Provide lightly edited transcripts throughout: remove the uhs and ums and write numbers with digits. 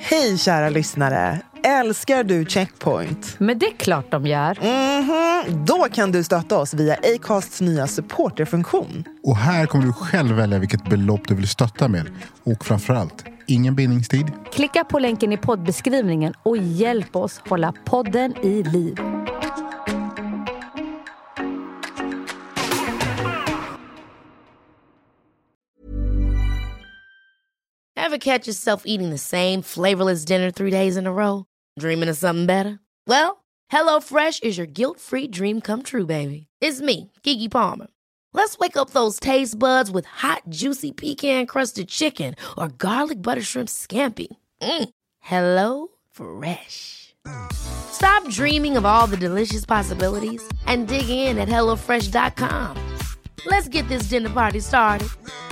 Hej kära lyssnare, älskar du Checkpoint? Men det är klart de gör. Då kan du stötta oss via Acasts nya supporterfunktion. Och här kommer du själv välja vilket belopp du vill stötta med. Och framförallt, ingen bindningstid. Klicka på länken i poddbeskrivningen och hjälp oss hålla podden i liv. Ever catch yourself eating the same flavorless dinner 3 days in a row? Dreaming of something better? Well, HelloFresh is your guilt-free dream come true, baby. It's me, Keke Palmer. Let's wake up those taste buds with hot, juicy pecan-crusted chicken or garlic butter shrimp scampi. Hello Fresh. Stop dreaming of all the delicious possibilities and dig in at HelloFresh.com. Let's get this dinner party started.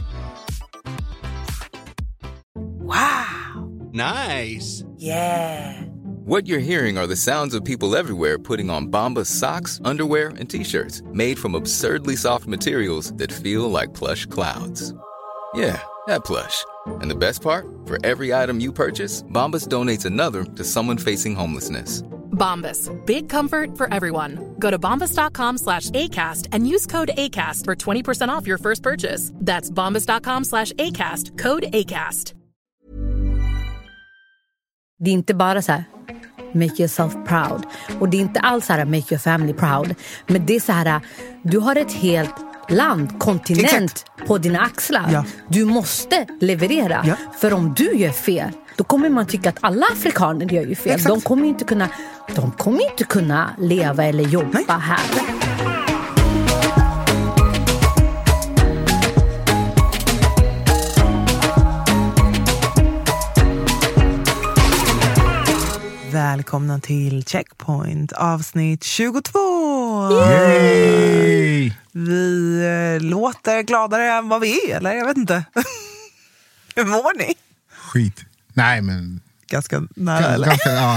Wow! Nice! Yeah! What you're hearing are the sounds of people everywhere putting on Bombas socks, underwear, and T-shirts made from absurdly soft materials that feel like plush clouds. Yeah, that plush. And the best part? For every item you purchase, Bombas donates another to someone facing homelessness. Bombas. Big comfort for everyone. Go to bombas.com/ACAST and use code ACAST for 20% off your first purchase. That's bombas.com/ACAST. Code ACAST. Det är inte bara så här make yourself proud. Och det är inte alls så här make your family proud. Men det är så här, du har ett helt land, kontinent på dina axlar. Ja. Du måste leverera. Ja. För om du gör fel, då kommer man tycka att alla afrikaner gör ju fel. Exakt. De kommer inte kunna leva eller jobba här. Välkomna till Checkpoint, avsnitt 22! Yay! Vi låter gladare än vad vi är, eller? Jag vet inte. Hur mår ni? Skit. Nej, men... Ganska nära, eller?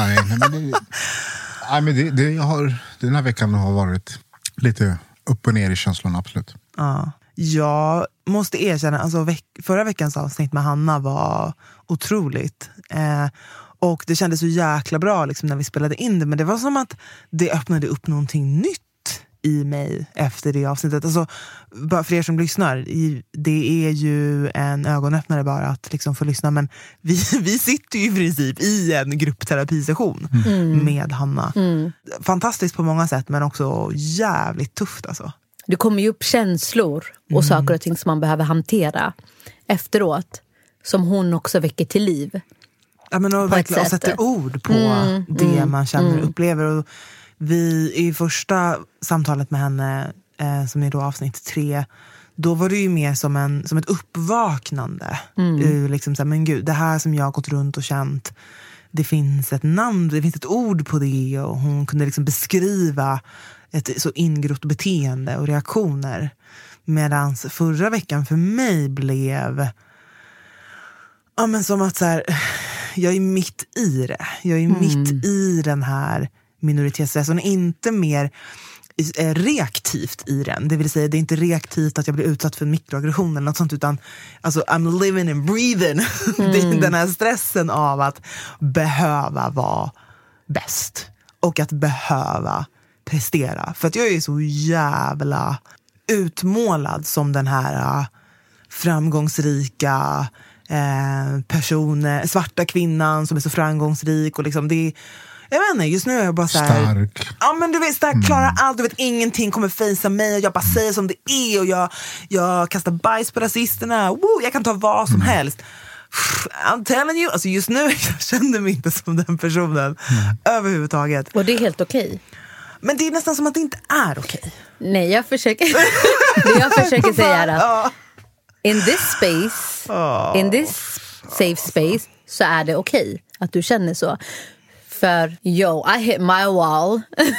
Den här veckan har varit lite upp och ner i känslan, absolut. Ja. Jag måste erkänna, alltså förra veckans avsnitt med Hanna var otroligt. Och det kändes så jäkla bra liksom, när vi spelade in det. Men det var som att det öppnade upp någonting nytt i mig efter det avsnittet. Alltså, bara för er som lyssnar, det är ju en ögonöppnare bara att liksom få lyssna. Men vi sitter ju i princip i en gruppterapisession med Hanna. Fantastiskt på många sätt, men också jävligt tufft alltså. Det kommer ju upp känslor och saker och ting som man behöver hantera efteråt. Som hon också väcker till liv. Ja, men och verkligen, och sätter ord på det man känner och upplever. Och vi i första samtalet med henne, som är då avsnitt 3, då var det ju mer som ett uppvaknande. Liksom så här, men gud, det här som jag har gått runt och känt, det finns ett namn, det finns ett ord på det. Och hon kunde liksom beskriva ett så ingrott beteende och reaktioner. Medan förra veckan för mig blev... Ja, men som att så här, jag är mitt i det. Jag är mitt i den här minoritetsstressen. Inte mer reaktivt i den. Det vill säga, det är inte reaktivt att jag blir utsatt för en mikroaggression eller något sånt, utan alltså, I'm living and breathing. Det är den här stressen av att behöva vara bäst. Och att behöva prestera. För att jag är så jävla utmålad som den här framgångsrika personer, svarta kvinnan som är så framgångsrik och liksom det, jag vet inte, just nu är jag bara så här, stark. Ja, men du vet, stark, klarar allt, du vet, ingenting kommer fejsa mig och jag bara säger som det är och jag kastar bajs på rasisterna. Jag kan ta vad som helst. I'm telling you, alltså just nu jag känner mig inte som den personen överhuvudtaget. Och det är helt okej. Men det är nästan som att det inte är okej. Nej, jag försöker det jag försöker säga är att in this space, in this safe space, så är det okej att du känner så. För I hit my wall.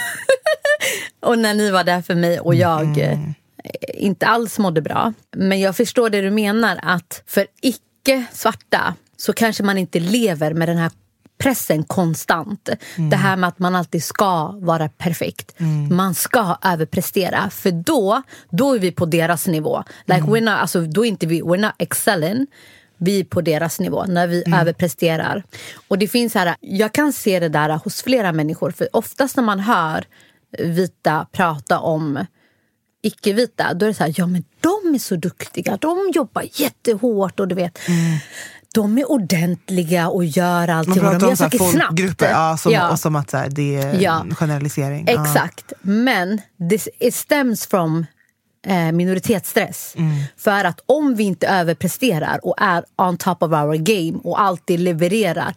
Och när ni var där för mig och jag inte alls mådde bra. Men jag förstår det du menar, att för icke-svarta så kanske man inte lever med den här pressen konstant. Det här med att man alltid ska vara perfekt. Man ska överprestera. För då är vi på deras nivå. Like we're not, alltså, då är inte vi, we're not excelling. vi är på deras nivå, när vi överpresterar. Och det finns här, jag kan se det där hos flera människor, för oftast när man hör vita prata om icke-vita, då är det så här, ja men de är så duktiga, de jobbar jättehårt och du vet, de är ordentliga och gör allting. Man pratar om saker snabbt. Och som att så här, det är en generalisering. Exakt, men it stems from minoritetsstress. För att om vi inte överpresterar och är on top of our game och alltid levererar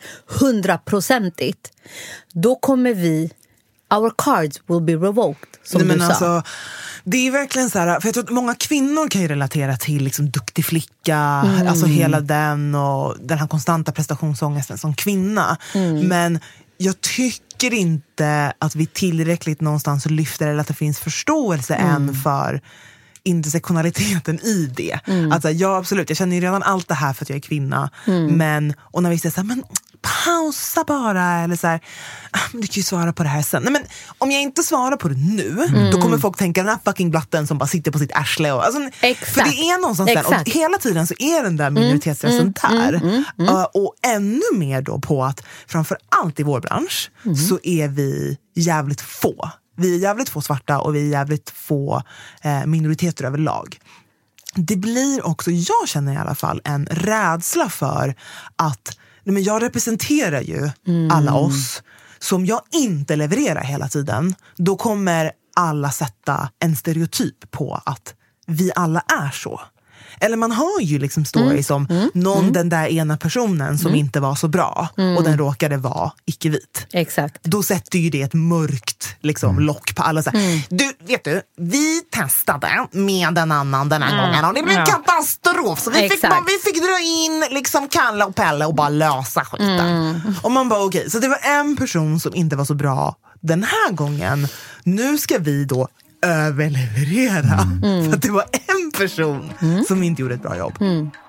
100%, då kommer our cards will be revoked, som du sa. Alltså, det är verkligen så här, för jag tror att många kvinnor kan ju relatera till liksom duktig flicka, alltså hela den och den här konstanta prestationsångesten som kvinna. Men jag tycker inte att vi tillräckligt någonstans lyfter, eller att det finns förståelse än för intersektionaliteten i det. Alltså, ja, absolut, jag känner ju redan allt det här för att jag är kvinna. Men, och när vi säger så här, men pausa bara, eller så här, du kan ju svara på det här sen. Nej, men om jag inte svarar på det nu, då kommer folk tänka den här fucking blatten som bara sitter på sitt arsle. Och, alltså, för det är någonstans där, och hela tiden så är den där minoritetsstressen där. Och ännu mer då på att framförallt i vår bransch så är vi jävligt få. Vi är jävligt få svarta och vi är jävligt få minoriteter överlag. Det blir också, jag känner i alla fall, en rädsla för att men jag representerar ju alla oss. Så om jag inte levererar hela tiden, då kommer alla sätta en stereotyp på att vi alla är så. Eller man har ju liksom stories om den där ena personen som inte var så bra och den råkade vara icke-vit. Exakt. Då sätter ju det ett mörkt liksom, lock på alla. Så här, vet du, vi testade med en annan den här gången och det blev katastrof. Så vi fick dra in liksom Kalle och Pelle och bara lösa skiten. Och man bara okej, så det var en person som inte var så bra den här gången. Nu ska vi då överleverera för att det var en person som inte gjorde ett bra jobb.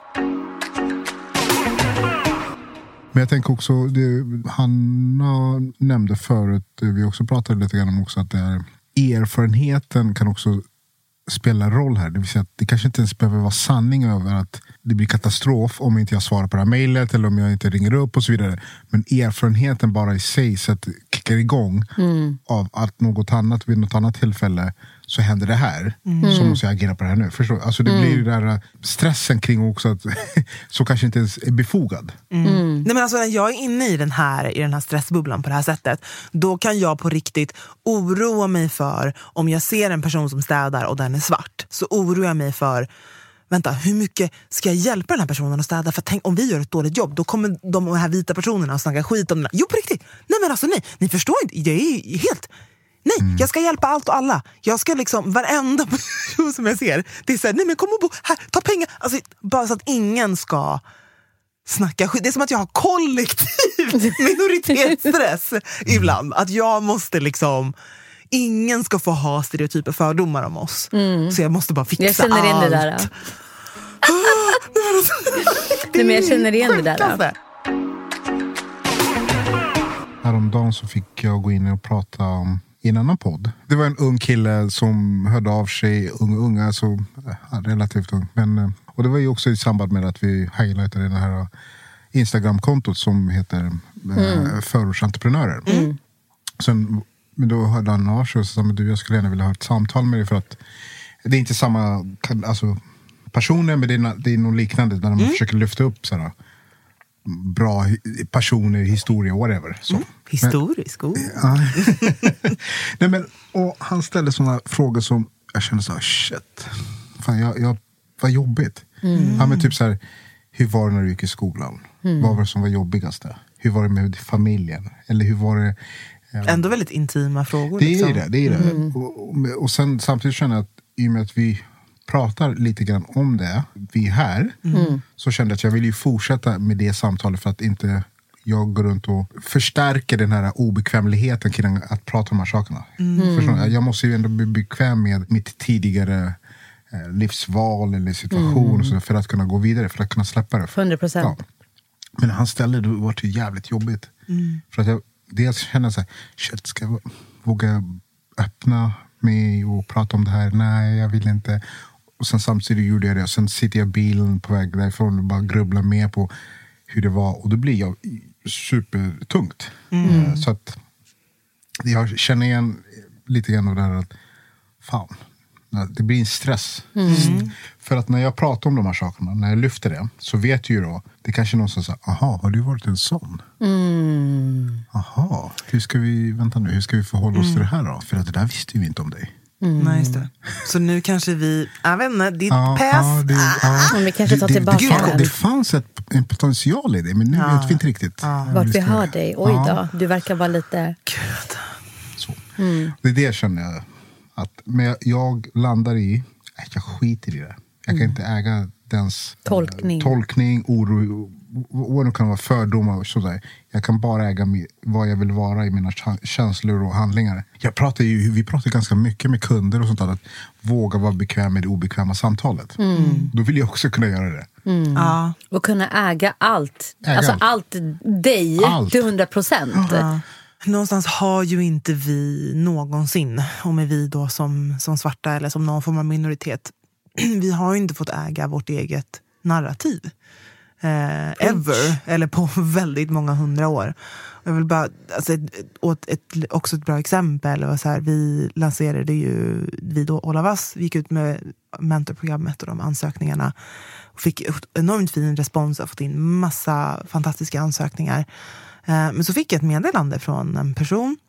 Men jag tänker också, Hanna nämnde förut, vi också pratade lite grann om också, att erfarenheten kan också spela roll här. Det vill säga att det kanske inte ens behöver vara sanning över att det blir katastrof om inte jag svarar på det här mejlet eller om jag inte ringer upp och så vidare. Men erfarenheten bara i sig så att det kickar igång av att något annat vid något annat tillfälle så händer det här. Så måste jag agera på det här nu. Förstår? Alltså det blir ju där stressen kring också att så kanske inte ens är befogad. Nej, men alltså när jag är inne i den här stressbubblan på det här sättet, då kan jag på riktigt oroa mig för, om jag ser en person som städar och den är svart, så oroar jag mig för, vänta, hur mycket ska jag hjälpa den här personen att städa? För tänk, om vi gör ett dåligt jobb, då kommer de här vita personerna att snacka skit om den. Jo, på riktigt. Nej, men alltså ni förstår inte. Jag är helt... Nej, jag ska hjälpa allt och alla. Jag ska liksom, varenda person som jag ser, det är så här, nej men kom och bo här, ta pengar. Alltså, bara så att ingen ska snacka skit. Det är som att jag har kollektiv minoritetsstress ibland. Att jag måste liksom, ingen ska få ha stereotyper, fördomar om oss. Så jag måste bara fixa allt. Jag känner igen det där. Nej, men jag känner igen det där. Häromdagen så fick jag gå in och prata om i en annan podd. Det var en ung kille som hörde av sig, unga, så relativt ung. Men, och det var ju också i samband med att vi highlightade det här Instagram-kontot som heter förortsentreprenörer. Sen, men då hörde han av sig och sa, men du, jag skulle gärna vilja ha ett samtal med dig, för att det är inte samma alltså, personer, men det är något liknande när de försöker lyfta upp sådär bra personer, historia, whatever. Så. Historisk? Nej, men, och han ställde sådana frågor som jag kände så här, shit. Fan, jag vad jobbigt. Ja, men typ så här, hur var det när du gick i skolan? Vad var det som var jobbigaste? Hur var det med familjen? Eller hur var det... Ändå väldigt intima frågor. Det är det. Och sen samtidigt känner jag att i och med att vi pratar lite grann om det, vi här, så kände jag att jag vill ju fortsätta med det samtalet, för att inte jag går runt och förstärker den här obekvämligheten kring att prata om de här sakerna. Jag måste ju ändå bli bekväm med mitt tidigare livsval eller situation så för att kunna gå vidare, för att kunna släppa det. 100%. Ja. Men han ställde, det var till jävligt jobbigt. För att jag dels känner så här, shit, ska jag våga öppna mig och prata om det här? Nej, jag vill inte. Och sen samtidigt gjorde jag det. Och sen sitter jag i bilen på väg därifrån och bara grubblar mer på hur det var. Och då blir jag supertungt. Så att jag känner igen lite grann av det här att fan, det blir en stress. För att när jag pratar om de här sakerna, när jag lyfter det, så vet ju då, det kanske är någon som säger, aha, har du varit en sån? Aha, hur ska vi förhålla oss till det här då? För att det där visste vi inte om dig. Nej, just det. Så nu kanske jag vet inte, ditt pest. Vi kanske tar tillbaka det fanns en potential i det, men nu vet vi inte riktigt. vart vi har dig. Oj då, du verkar vara lite... Gud. Så. Det är det känner jag. Men jag landar i, jag skiter i det. Jag kan inte äga dens tolkning, oro, vad det kan vara, fördomar och sådär. Jag kan bara äga vad jag vill vara i mina känslor och handlingar. Vi pratar ganska mycket med kunder och sånt där, att våga vara bekväm med det obekväma samtalet. Då vill jag också kunna göra det. Och kunna äga allt. Allt dig till 100%. Någonstans har ju inte vi någonsin, och med vi då som svarta eller som någon form av minoritet, vi har ju inte fått äga vårt eget narrativ. Ever, eller på väldigt många 100 år. Jag vill bara, också ett bra exempel var så här, vi lanserade ju, vi då All of Us, vi gick ut med mentorprogrammet och de ansökningarna och fick enormt fin respons och fått in massa fantastiska ansökningar. Men så fick jag ett meddelande från en person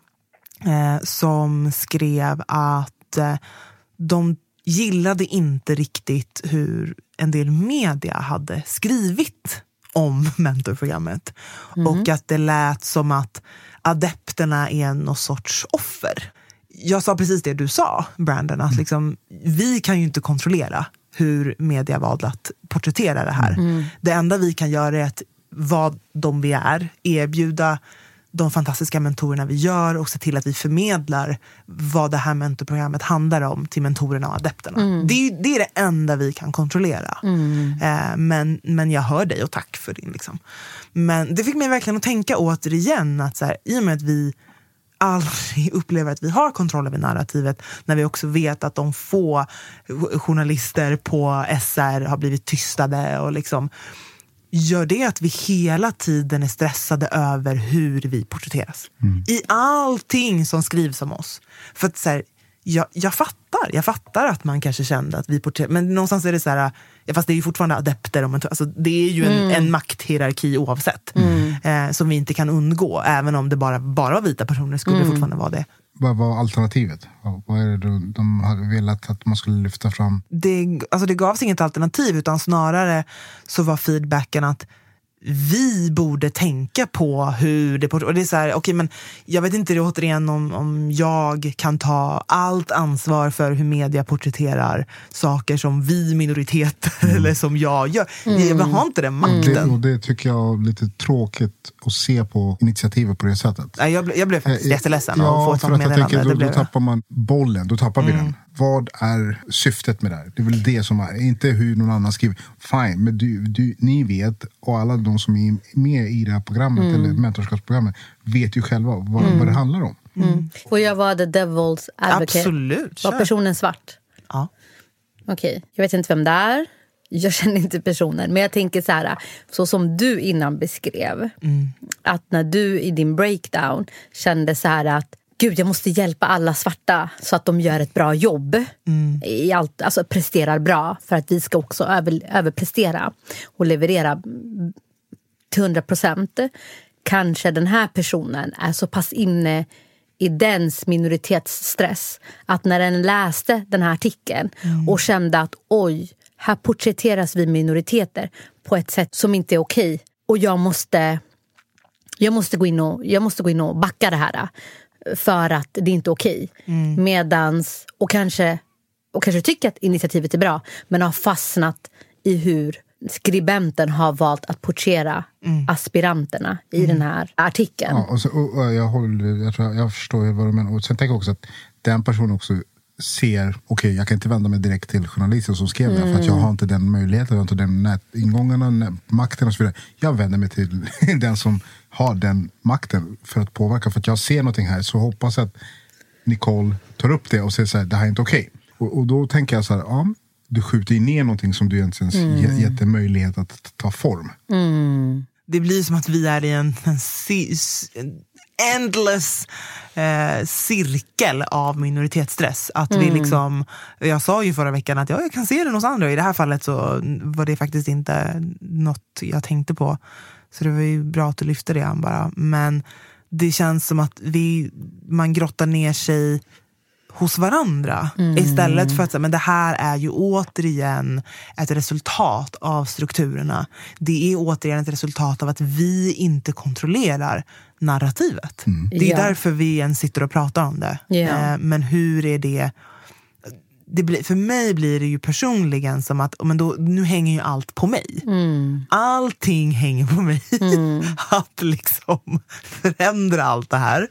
som skrev att de gillade inte riktigt hur en del media hade skrivit om mentorprogrammet. Och att det lät som att adepterna är någon sorts offer. Jag sa precis det du sa, Brandon, att liksom, vi kan ju inte kontrollera hur media valde att porträttera det här. Det enda vi kan göra är att vad vi är, erbjuda de fantastiska mentorerna vi gör och se till att vi förmedlar vad det här mentorprogrammet handlar om till mentorerna och adepterna. Det är det enda vi kan kontrollera. Men jag hör dig och tack för din liksom. Men det fick mig verkligen att tänka återigen att så här, i och med att vi aldrig upplever att vi har kontroll över narrativet, när vi också vet att de få journalister på SR har blivit tystade och liksom, gör det att vi hela tiden är stressade över hur vi porträtteras. I allting som skrivs om oss. För att så här, jag fattar att man kanske kände att vi porträtterar, men någonstans är det så här, fast det är ju fortfarande adepter, alltså det är ju en makthierarki oavsett. Som vi inte kan undgå, även om det bara var vita personer skulle det fortfarande vara det. Vad var alternativet? Vad är det de hade velat att man skulle lyfta fram? Det gavs inget alternativ, utan snarare så var feedbacken att vi borde tänka på hur det... Och det är så här, okej, men jag vet inte återigen om jag kan ta allt ansvar för hur media porträtterar saker som vi minoriteter eller som jag gör. Jag har inte den makten. Det tycker jag är lite tråkigt att se på initiativet på det sättet. Jag blev faktiskt jätteledsen att få ett sånt meddelande. Då tappar man bollen, då tappar vi den. Vad är syftet med det här? Det är väl det som är, inte hur någon annan skriver. Fine, men ni vet, och alla de som är med i det här programmet eller mentorskapsprogrammet vet ju själva vad det handlar om. Och jag var the devil's advocate. Absolut. Var personen svart? Ja. Okej, jag vet inte vem det är. Jag känner inte personen. Men jag tänker så här, så som du innan beskrev. Att när du i din breakdown kände så här att gud, jag måste hjälpa alla svarta så att de gör ett bra jobb i allt, alltså presterar bra, för att vi ska också överprestera och leverera till 100%. Kanske den här personen är så pass inne i dens minoritetsstress att när den läste den här artikeln och kände att oj, här porträtteras vi minoriteter på ett sätt som inte är okej, och jag måste gå in och backa det här för att det är inte okej. Medans, och kanske tycker att initiativet är bra, men har fastnat i hur skribenten har valt att porträttera aspiranterna i den här artikeln. Ja, och jag förstår vad du menar. Och sen tänker jag också att den personen också ser, okej, jag kan inte vända mig direkt till journalisten som skrev det, för att jag har inte den möjligheten, jag har inte den nätingångarna, makten och så vidare. Jag vänder mig till den som har den makten för att påverka, för att jag ser någonting här, så hoppas att Nicole tar upp det och säger så här, det här är inte okej. Och då tänker jag så här, du skjuter in ner någonting som du egentligen gett en möjlighet att ta form. Det blir som att vi är i en endless cirkel av minoritetsstress. Att vi liksom, jag sa ju förra veckan att jag kan se det hos andra. I det här fallet så var det faktiskt inte något jag tänkte på. Så det var ju bra att du lyfte det, bara. Men det känns som att man grottar ner sig hos varandra istället för att men det här är ju återigen ett resultat av strukturerna. Det är återigen ett resultat av att vi inte kontrollerar narrativet. Det är därför vi ens sitter och pratar om det. Men hur är det? För mig blir det ju personligen som att nu hänger ju allt på mig. Allting hänger på mig. Att liksom förändra allt det här.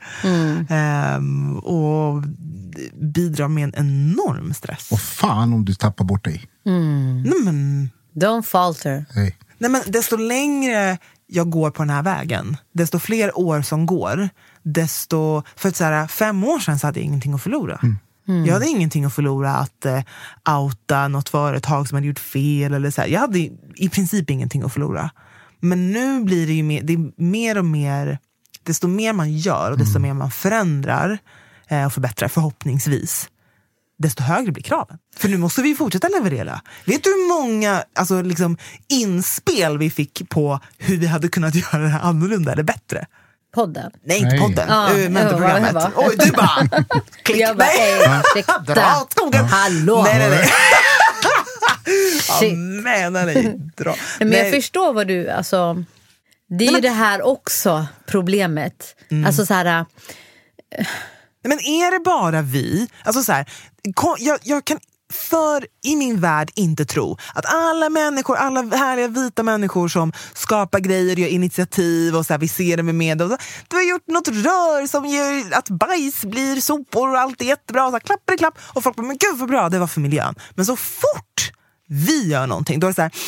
Och bidrar med en enorm stress. Och fan om du tappar bort dig. Nej, men, don't falter. Hey. Nej, men desto längre jag går på den här vägen, desto fler år som går, för att så här, 5 år sedan så hade jag ingenting att förlora. Jag hade ingenting att förlora att outa något företag som hade gjort fel eller så här. Jag hade i princip ingenting att förlora. Men nu blir det ju mer och mer, desto mer man gör och desto mer man förändrar och förbättrar förhoppningsvis, desto högre blir kraven. För nu måste vi fortsätta leverera. Vet du hur många liksom, inspel vi fick på hur vi hade kunnat göra det här annorlunda eller bättre? Podden? Nej, inte podden. Mentorprogrammet. Oj, du bara... Klick. Jag bara, dra skogen. Hallå. Nej. Shit. Dra. Men jag förstår vad du... Alltså, det är ju det här också problemet. Alltså så här... Men är det bara vi? Alltså så här, jag kan i min värld inte tro att alla människor, alla härliga vita människor som skapar grejer, gör initiativ och så här, vi ser det med media. Du har gjort något rör som gör att bajs blir sopor och allt är jättebra. Och så här, klapp. Och folk bara, men gud vad bra, det var för miljön. Men så fort vi gör någonting, då är det så här,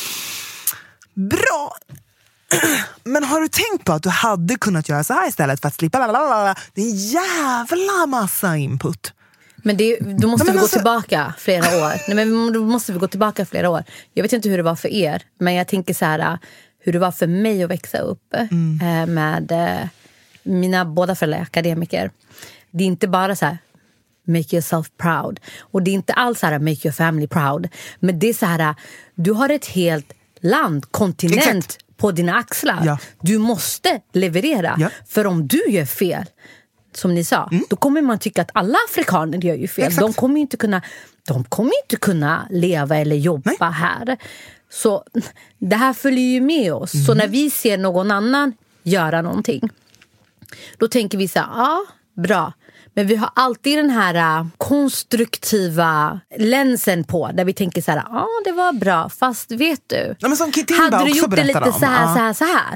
bra. Men har du tänkt på att du hade kunnat göra så här istället för att slippa det är en jävla massa input. Men då måste vi gå tillbaka flera år. Nej, men då måste vi gå tillbaka flera år. Jag vet inte hur det var för er, men jag tänker så här hur det var för mig att växa upp med mina båda föräldrar akademiker. Det är inte bara så här make yourself proud, och det är inte alls så här make your family proud, men det är så här, du har ett helt land, kontinent. Exakt. På dina axlar. Ja. Du måste leverera. Ja. För om du gör fel, som ni sa, då kommer man tycka att alla afrikaner gör ju fel. Exakt. De kommer inte kunna leva eller jobba här. Så det här följer ju med oss. Så när vi ser någon annan göra någonting, då tänker vi så här, bra. Men vi har alltid den här konstruktiva länsen på, där vi tänker så här, det var bra, fast vet du, men som hade du gjort det lite så här,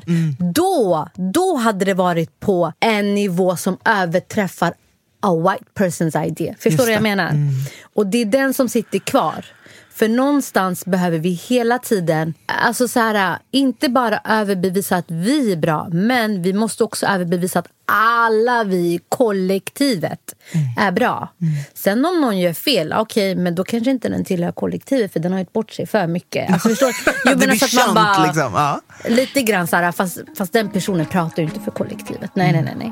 då hade det varit på en nivå som överträffar a white person's idea. Förstår du vad jag menar? Och det är den som sitter kvar. För någonstans behöver vi hela tiden, alltså så här, inte bara överbevisa att vi är bra, men vi måste också överbevisa att alla vi i kollektivet är bra. Sen om någon gör fel, okej, men då kanske inte den tillhör kollektivet, för den har ju bort sig för mycket. Alltså förstår du? Det blir så att man bara, liksom, lite grann så här, fast den personen pratar ju inte för kollektivet. Nej.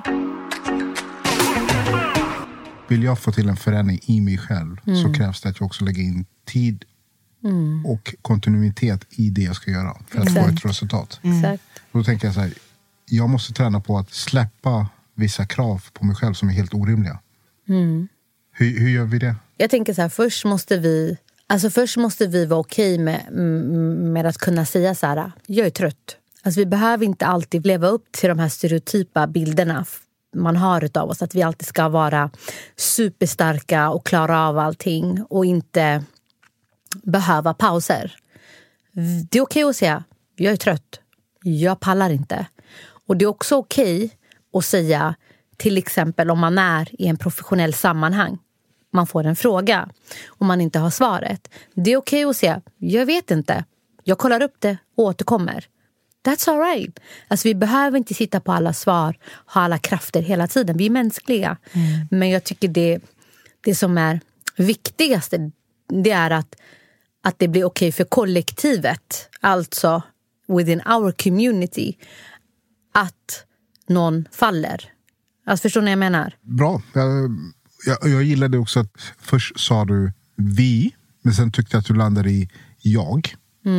Vill jag få till en förändring i mig själv, så krävs det att jag också lägger in tid och kontinuitet i det jag ska göra för att få ett resultat. Då tänker jag så här, jag måste träna på att släppa vissa krav på mig själv som är helt orimliga. Hur gör vi det? Jag tänker så här, först måste vi vara okej med att kunna säga så här, jag är trött. Alltså vi behöver inte alltid leva upp till de här stereotypa bilderna man har utav oss, att vi alltid ska vara superstarka och klara av allting och inte behöva pauser. Det är okej att säga, jag är trött, jag pallar inte. Och det är också okej att säga, till exempel om man är i en professionell sammanhang, man får en fråga och man inte har svaret. Det är okej att säga, jag vet inte, jag kollar upp det och återkommer. That's all right. Alltså vi behöver inte sitta på alla svar, ha alla krafter hela tiden. Vi är mänskliga. Men jag tycker det som är viktigaste, det är att att det blir okej för kollektivet, alltså within our community, att någon faller. Alltså, förstår ni vad jag menar? Bra. Jag gillade också att först sa du vi, men sen tyckte jag att du landade i jag.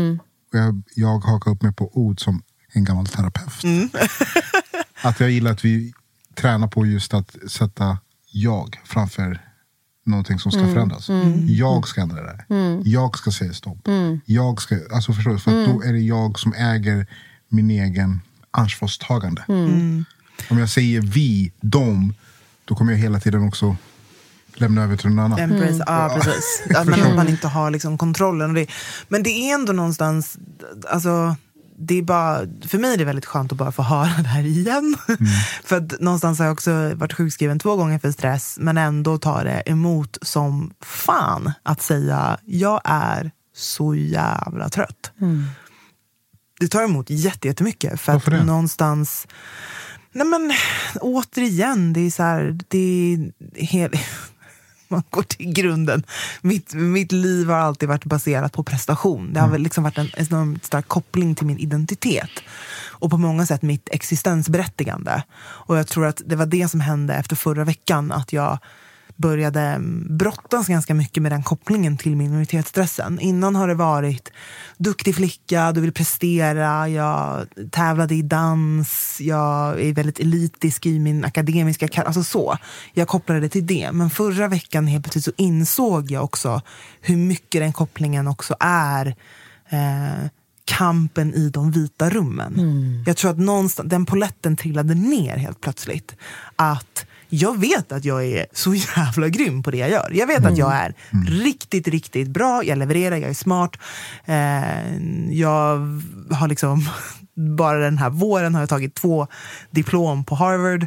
Jag hakar upp mig på ord som en gammal terapeut. Att jag gillar att vi tränar på just att sätta jag framför någonting som ska förändras. Jag ska ändra det. Jag ska säga stopp. Jag ska, alltså förstår du? För att då är det jag som äger min egen ansvarstagande. Om jag säger vi, dem, då kommer jag hela tiden också lämna över till någon annan. Embrace, precis. Att man inte har liksom kontrollen. Och det, men det är ändå någonstans, alltså, det är bara, för mig är det väldigt skönt att bara få höra det här igen. För att någonstans har jag också varit sjukskriven 2 gånger för stress, men ändå tar det emot som fan att säga jag är så jävla trött. Det tar emot jättemycket för att någonstans, nej men återigen, det är så här, det är man går till grunden. Mitt liv har alltid varit baserat på prestation. Det har väl liksom varit en enormt stark koppling till min identitet. Och på många sätt mitt existensberättigande. Och jag tror att det var det som hände efter förra veckan. Att jag började brottas ganska mycket med den kopplingen till minoritetsstressen. Innan har det varit duktig flicka, du vill prestera, jag tävlade i dans, jag är väldigt elitisk i min akademiska alltså så. Jag kopplade det till det. Men förra veckan helt plötsligt så insåg jag också hur mycket den kopplingen också är kampen i de vita rummen. Jag tror att någonstans den poletten trillade ner helt plötsligt. Att jag vet att jag är så jävla grym på det jag gör. Jag vet att jag är riktigt, riktigt bra. Jag levererar, jag är smart. Jag har liksom, bara den här våren har jag tagit 2 diplom på Harvard.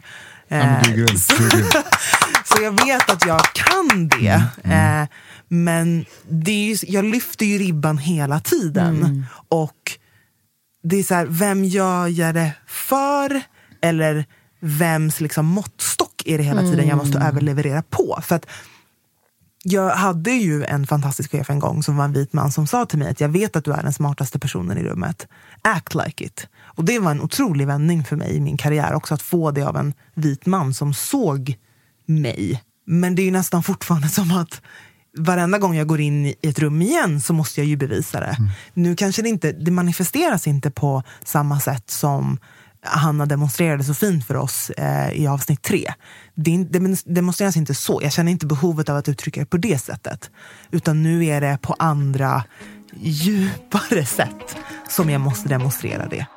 Så jag vet att jag kan det. Men det är ju, jag lyfter ju ribban hela tiden. Och det är så här, vem jag gör det för? Eller vems liksom måttstock är det hela tiden jag måste överleverera på? För att jag hade ju en fantastisk chef en gång som var en vit man som sa till mig att jag vet att du är den smartaste personen i rummet. Act like it. Och det var en otrolig vändning för mig i min karriär också, att få det av en vit man som såg mig. Men det är ju nästan fortfarande som att varenda gång jag går in i ett rum igen så måste jag ju bevisa det. Nu kanske det manifesteras inte på samma sätt som Hanna demonstrerade så fint för oss i avsnitt 3. Det demonstreras inte så. Jag känner inte behovet av att uttrycka det på det sättet. Utan nu är det på andra djupare sätt som jag måste demonstrera det.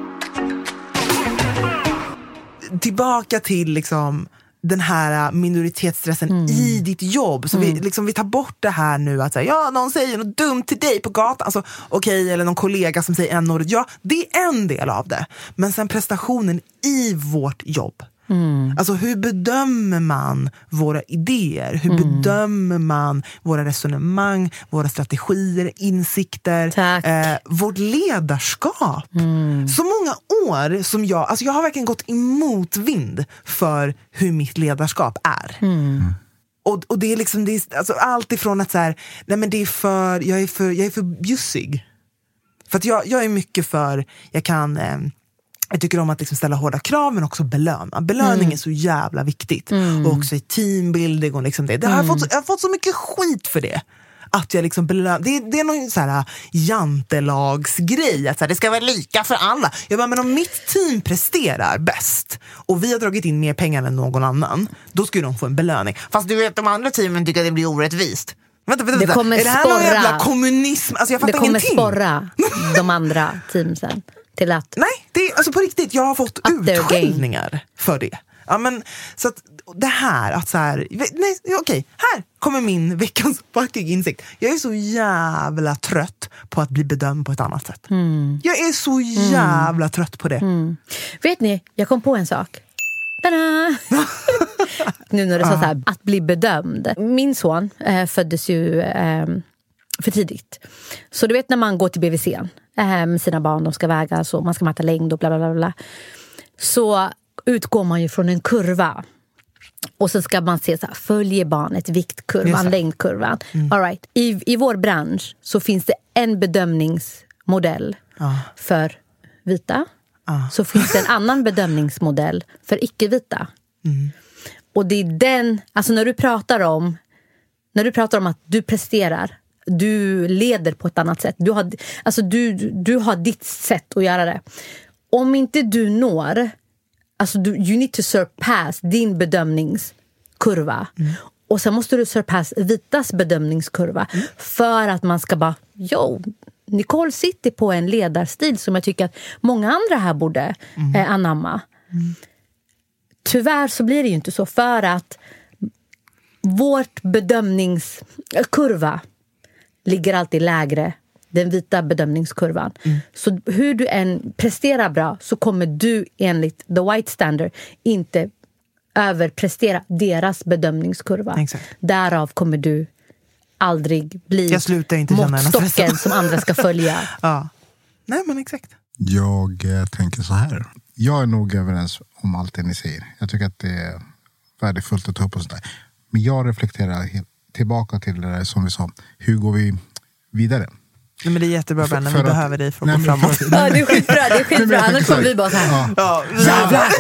Tillbaka till liksom den här minoritetsstressen i ditt jobb. Så vi tar bort det här nu att säga, ja, någon säger något dumt till dig på gatan. Alltså, okej, eller någon kollega som säger en ord. Ja, det är en del av det. Men sen prestationen i vårt jobb. Alltså hur bedömer man våra idéer? Hur bedömer man våra resonemang, våra strategier, insikter, vårt ledarskap? Så många år som jag har verkligen gått i motvind för hur mitt ledarskap är. Och det är liksom alltså allt ifrån att så här, nej men det är för jag är för bjussig. För att jag är mycket för jag tycker om att liksom ställa hårda krav men också belöna. Belöning är så jävla viktigt. Och också i teambuilding och liksom det. Jag har fått så mycket skit för det. Att jag liksom belönar. Det är någon så här jantelagsgrej. Att så här, det ska vara lika för alla. Jag bara, men om mitt team presterar bäst och vi har dragit in mer pengar än någon annan, då ska de få en belöning. Fast du vet, de andra teamen tycker att det blir orättvist. Vänta. Det kommer är det här någon jävla kommunism? Alltså jag fattar ingenting. Det kommer sporra de andra teamsen till att... Nej, det är, alltså på riktigt, jag har fått utskällningar för det. Ja, men så att det här att så här, nej, okej, här kommer min veckans fucking insikt. Jag är så jävla trött på att bli bedömd på ett annat sätt. Jag är så jävla trött på det. Vet ni, jag kom på en sak. Nu när det sa så här, att bli bedömd. Min son föddes ju för tidigt. Så du vet när man går till BVC med sina barn, de ska väga så, man ska mäta längd och bla bla bla bla. Så utgår man ju från en kurva. Och så ska man se så här, följer barnet viktkurvan, längdkurvan. All right. I vår bransch så finns det en bedömningsmodell för vita. Så finns det en annan bedömningsmodell för icke-vita. Och det är den, alltså när du pratar om att du presterar, du leder på ett annat sätt. Du har ditt sätt att göra det. Om inte du når, alltså you need to surpass din bedömningskurva. Och sen måste du surpass vitas bedömningskurva för att man ska bara, Nicole sitter på en ledarstil som jag tycker att många andra här borde anamma. Tyvärr så blir det ju inte så, för att vårt bedömningskurva ligger alltid lägre, den vita bedömningskurvan. Så hur du än presterar bra så kommer du enligt the white standard inte överprestera deras bedömningskurva. Exakt. Därav kommer du aldrig bli måttstocken som andra ska följa. Nej, men exakt. Jag tänker så här. Jag är nog överens om allt det ni säger. Jag tycker att det är värdefullt att ta upp och sådär. Men jag reflekterar tillbaka till det där som vi sa. Hur går vi vidare? Nej, men det är jättebra, Brandon. Vi behöver dig för att gå framåt. Ja, det är skitbra. Annars kommer vi bara så här. Jävlar!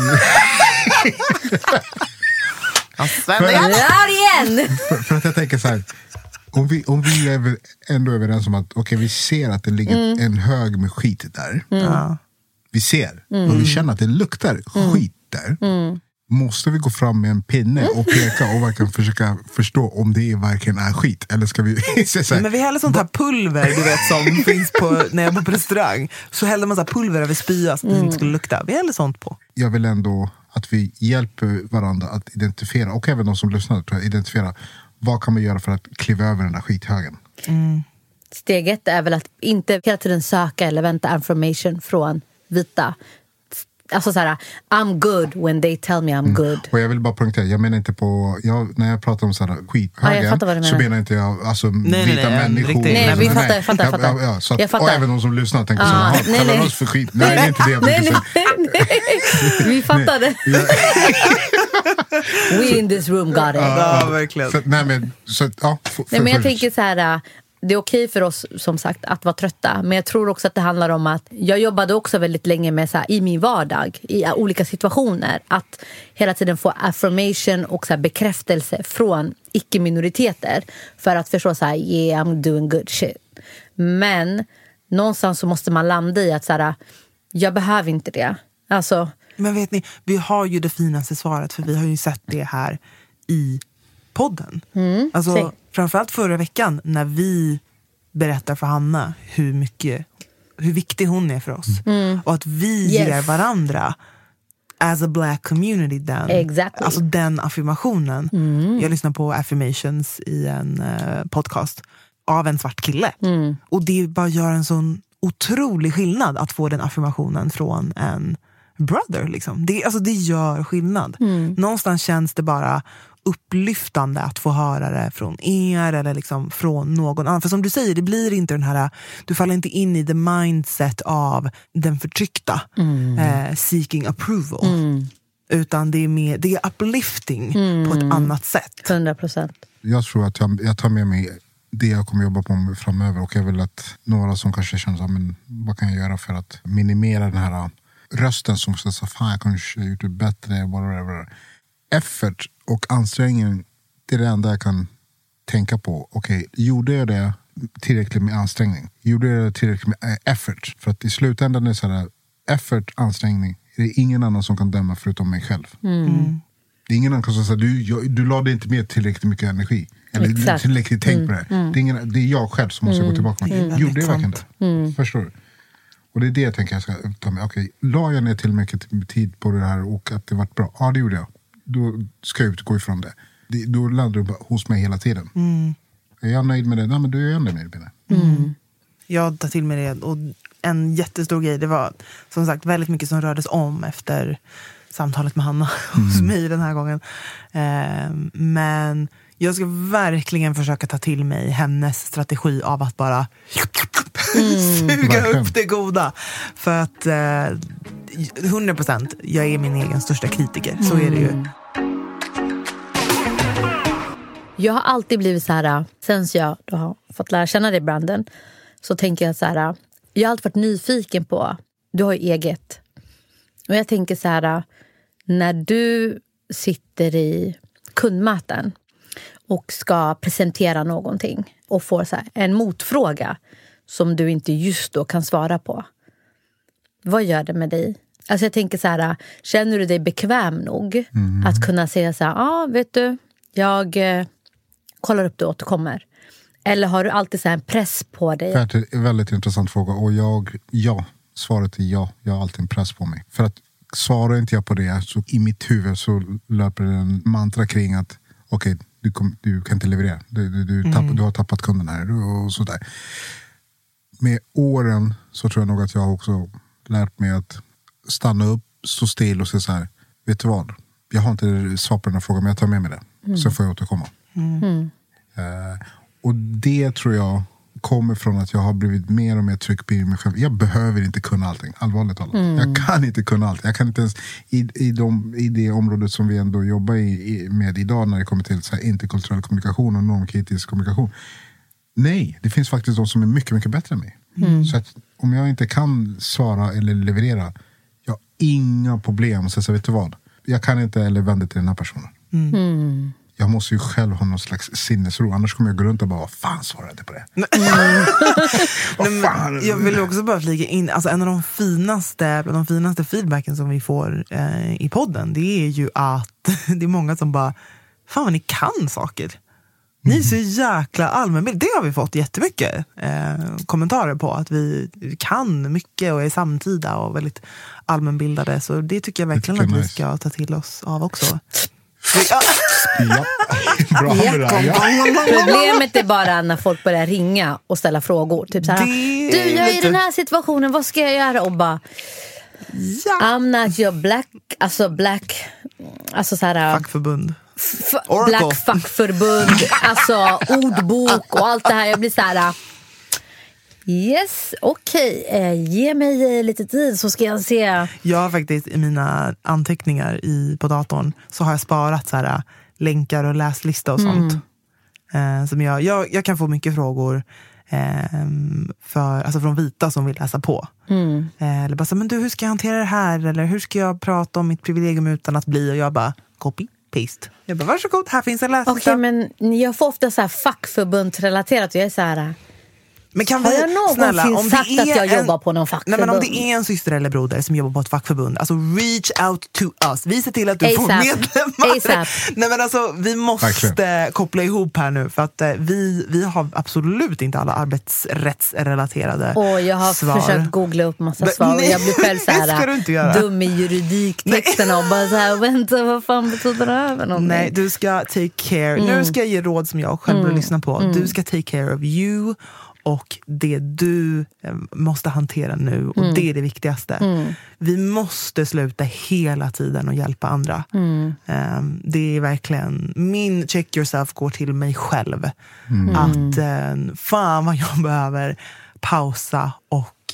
För att jag tänker så här. Om vi är ändå överens om att vi ser att det ligger en hög med skit där. Vi ser. Och vi känner att det luktar skit där. Måste vi gå fram med en pinne och peka och verkligen försöka förstå om det verkligen är skit? Eller ska vi så här, men vi häller sånt här pulver, du vet, som finns på, när jag bor på restaurang. Så häller man så här pulver över spya så att det inte skulle lukta. Vi häller sånt på. Jag vill ändå att vi hjälper varandra att identifiera, och även de som lyssnar, tror jag, identifiera vad kan man göra för att kliva över den där skithögen. Steg 1 är väl att inte hela tiden söka eller vänta information från vita. Alltså såhär, I'm good when they tell me I'm good. Och jag vill bara poängtera, jag menar inte på, när jag pratar om såhär skithögen, så menar inte jag alltså vita människor. Nej, vi fattar. Ja, så att, och även de som lyssnar tänker kallar oss för skit. Nej, det är inte det jag tänker säga. Vi fattade. We in this room got it. Ja, verkligen. Men jag tänker så här, det är okej för oss som sagt att vara trötta, men jag tror också att det handlar om att jag jobbade också väldigt länge med så här, i min vardag, i olika situationer, att hela tiden få affirmation och så här, bekräftelse från icke-minoriteter för att förstå så här, yeah, I'm doing good shit. Men någonstans så måste man landa i att så här, jag behöver inte det. Alltså, men vet ni, vi har ju det finaste svaret, för vi har ju sett det här i podden. Alltså, framförallt förra veckan när vi berättar för Hanna hur viktig hon är för oss. Och att vi ger varandra as a black community alltså den affirmationen. Jag lyssnar på affirmations i en podcast av en svart kille. Och det bara gör en sån otrolig skillnad att få den affirmationen från en brother liksom. Det gör skillnad. Någonstans känns det bara upplyftande att få höra det från er eller liksom från någon annan. För som du säger, det blir inte den här, du faller inte in i the mindset av den förtryckta seeking approval. Utan det är uplifting på ett annat sätt. 100%. Jag tror att jag tar med mig det jag kommer jobba på framöver, och jag vill att några som kanske känner så, men vad kan jag göra för att minimera den här rösten som säger så, fan jag kanske gjort det bättre, whatever. Effort och ansträngning, det är det enda jag kan tänka på. Okej, gjorde jag det tillräckligt med ansträngning? Gjorde jag det tillräckligt med effort? För att i slutändan är det så här, effort, ansträngning, det är ingen annan som kan döma förutom mig själv. Det är ingen annan som säger, du lade inte med tillräckligt mycket energi. Eller tillräckligt tänk på det. Det är jag själv som måste gå tillbaka med. Gjorde jag verkligen det? Förstår du? Och det är det jag tänker jag ska ta med. Okej, la jag ner till mycket tid på det här och att det var bra? Ja, det gjorde jag. Då ska jag utgå ifrån det. Då landar du hos mig hela tiden. Är jag nöjd med det? Nej, men du är ändå nöjd med det. Jag tar till mig det. Och en jättestor grej, det var som sagt väldigt mycket som rördes om efter samtalet med Hanna hos mig den här gången. Men jag ska verkligen försöka ta till mig hennes strategi av att bara suga upp det goda. För att 100%, jag är min egen största kritiker. Så är det ju. Jag har alltid blivit så här, sen jag då har fått lära känna dig, Brandon, så tänker jag så här, jag har alltid varit nyfiken på, du har ju eget. Och jag tänker så här, när du sitter i kundmöten och ska presentera någonting och får så här en motfråga som du inte just då kan svara på. Vad gör det med dig? Alltså jag tänker så här, känner du dig bekväm nog att kunna säga så här, vet du, jag kollar upp det och återkommer. Eller har du alltid så här en press på dig? Det är en väldigt intressant fråga. Och svaret är ja. Jag har alltid en press på mig. För att svarar inte jag på det, så i mitt huvud så löper det en mantra kring att okej, du kan inte leverera. Du har tappat kunden här och sådär. Med åren så tror jag nog att jag också lärt mig att stanna upp, stå still och säga så här, vet du vad? Jag har inte svar på den här frågan, men jag tar med mig det. Så får jag återkomma. Och det tror jag kommer från att jag har blivit mer och mer trygg på mig själv. Jag behöver inte kunna allting, allvarligt talat. Jag kan inte kunna allt. Jag kan inte ens i det området som vi ändå jobbar med idag när det kommer till så här interkulturell kommunikation och normkritisk kommunikation. Nej, det finns faktiskt de som är mycket, mycket bättre än mig. Så att om jag inte kan svara eller leverera, jag har inga problem. Så vet du vad? Jag kan inte eller vända till den här personen. Jag måste ju själv ha någon slags sinnesro. Annars kommer jag gå runt och bara, vad fan svarade jag på det? Jag vill också bara flika in, alltså en av de finaste feedbacken som vi får i podden, det är ju att det är många som bara, fan vad ni kan saker. Ni är så jäkla allmänbild. Det har vi fått jättemycket kommentarer på. Att vi kan mycket och är samtida och väldigt allmänbildade. Så det tycker jag verkligen att vi ska ta till oss av också. Ja. Bra med det. Ja. Problemet är bara när folk börjar ringa och ställa frågor. Typ så här, du, jag är i den här situationen, vad ska jag göra? Och bara, I'm not your black, alltså så här, fackförbund. Black fackförbund, alltså ordbok och allt det här. Jag blir så här, yes, okej, ge mig lite tid så ska jag se. Jag har faktiskt i mina anteckningar på datorn så har jag sparat så här länkar och läslista och sånt. Som jag kan få mycket frågor alltså från vita som vill läsa på. Eller bara så, men du, hur ska jag hantera det här? Eller hur ska jag prata om mitt privilegium utan att bli? Och jag bara, copy, paste. Jag bara, varsågod, här finns en läslista. Okej, men jag får ofta så här fackförbundsrelaterat och jag är så här, men kan har jag någonsin sagt att jag jobbar på någon fackförbund? Nej, men om det är en syster eller broder som jobbar på ett fackförbund, alltså reach out to us. Vi ser till att du får medlemmar. Nej, men alltså, vi måste koppla ihop här nu. För att vi har absolut inte alla arbetsrättsrelaterade och jag har försökt googla upp massa svar. Och jag blir själv så här dum i juridiktexterna och bara så här, vänta, vad fan betyder det här? Nej, du ska take care. Nu ska jag ge råd som jag själv borde lyssna på. Du ska take care of you och det du måste hantera nu. Och det är det viktigaste. Vi måste sluta hela tiden och hjälpa andra. Det är verkligen, min check yourself går till mig själv. Att fan vad jag behöver pausa och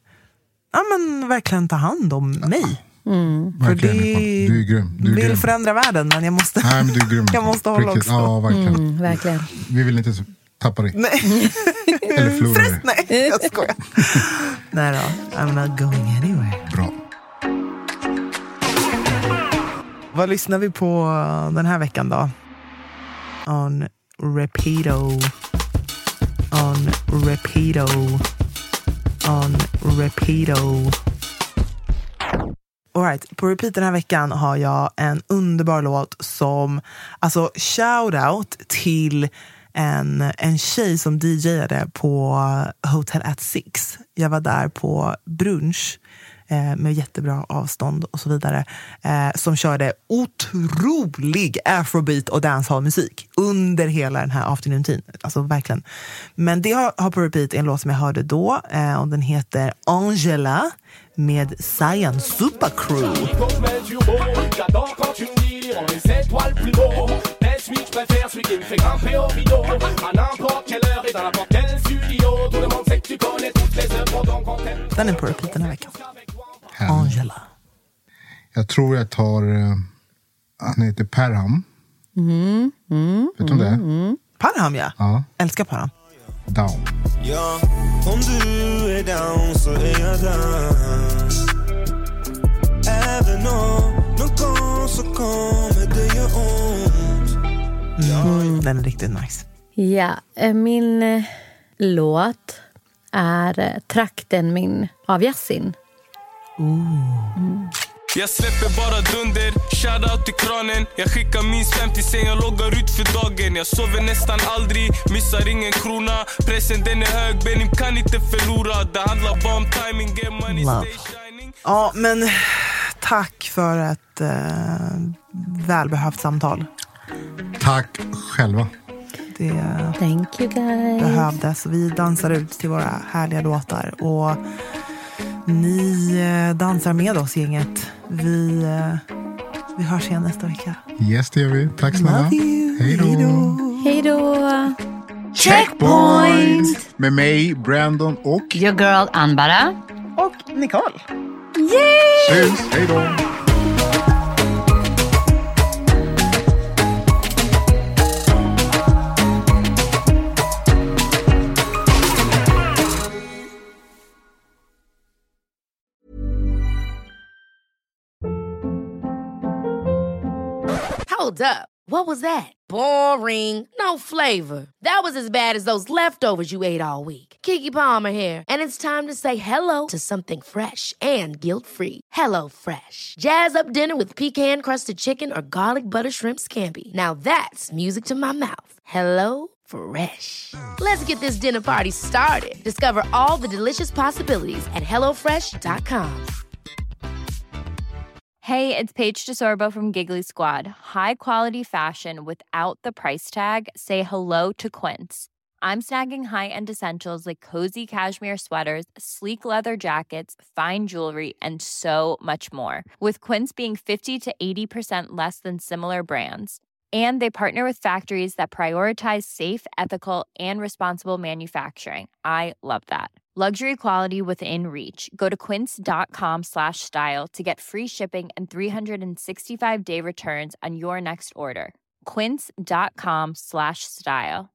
men verkligen ta hand om mig. För det du är grym. Du vill förändra världen, men jag måste, nej, men du är grym. jag måste hålla också. Ja, verkligen. Verkligen. Vi vill inte tappa dig. Nej. Eller förlora dig. Nej, jag skojar. Nej då, I'm not going anywhere. Bra. Vad lyssnar vi på den här veckan då? On repeato. On repeato. On repeato. All right, på repeat den här veckan har jag en underbar låt som, alltså shout out till en tjej som DJade på Hotel at Six. Jag var där på brunch med jättebra avstånd och så vidare, som körde otrolig afrobeat och dancehall-musik under hela den här afternoon-tiden. Alltså verkligen. Men det har på repeat en låt som jag hörde då, och den heter Angela med Cyan Supercrew. Den är på repeat den här veckan. Angela. Jag tror jag tar, han heter Perham, Vet du om det? Parham, ja. Ja. Älskar Parham. Down. Ja, om du är down så är jag down. Även om någon gång så kommer det göra ont. Den är riktigt nice. Ja, min låt är Trakten min av Yasin. Jag släpper bara dunder, shoutout till kranen. Jag skickar minst 50 sen jag loggar ut för dagen. Jag sover nästan aldrig, missar ingen krona. Pressen den är hög, Benim kan inte förlora. Det handlar bara om timing, get money, stay shining. Ja, men tack för ett välbehövt samtal. Tack själva. Det Thank you guys. behövdes. Vi dansar ut till våra härliga låtar. Och ni dansar med oss, gänget. Vi hörs igen nästa vecka. Yes, det gör vi. Tack snälla. Love you. Hej då. Hej då. Checkpoint! Med mig, Brandon och... Your girl Anbara. Och Nicole. Syns. Hej då. Hold up. What was that? Boring. No flavor. That was as bad as those leftovers you ate all week. Keke Palmer here, and it's time to say hello to something fresh and guilt-free. Hello Fresh. Jazz up dinner with pecan-crusted chicken or garlic butter shrimp scampi. Now that's music to my mouth. Hello Fresh. Let's get this dinner party started. Discover all the delicious possibilities at hellofresh.com. Hey, it's Paige DeSorbo from Giggly Squad. High quality fashion without the price tag. Say hello to Quince. I'm snagging high-end essentials like cozy cashmere sweaters, sleek leather jackets, fine jewelry, and so much more. With Quince being 50 to 80% less than similar brands. And they partner with factories that prioritize safe, ethical, and responsible manufacturing. I love that. Luxury quality within reach. Go to quince.com/style to get free shipping and 365-day returns on your next order. Quince.com/style.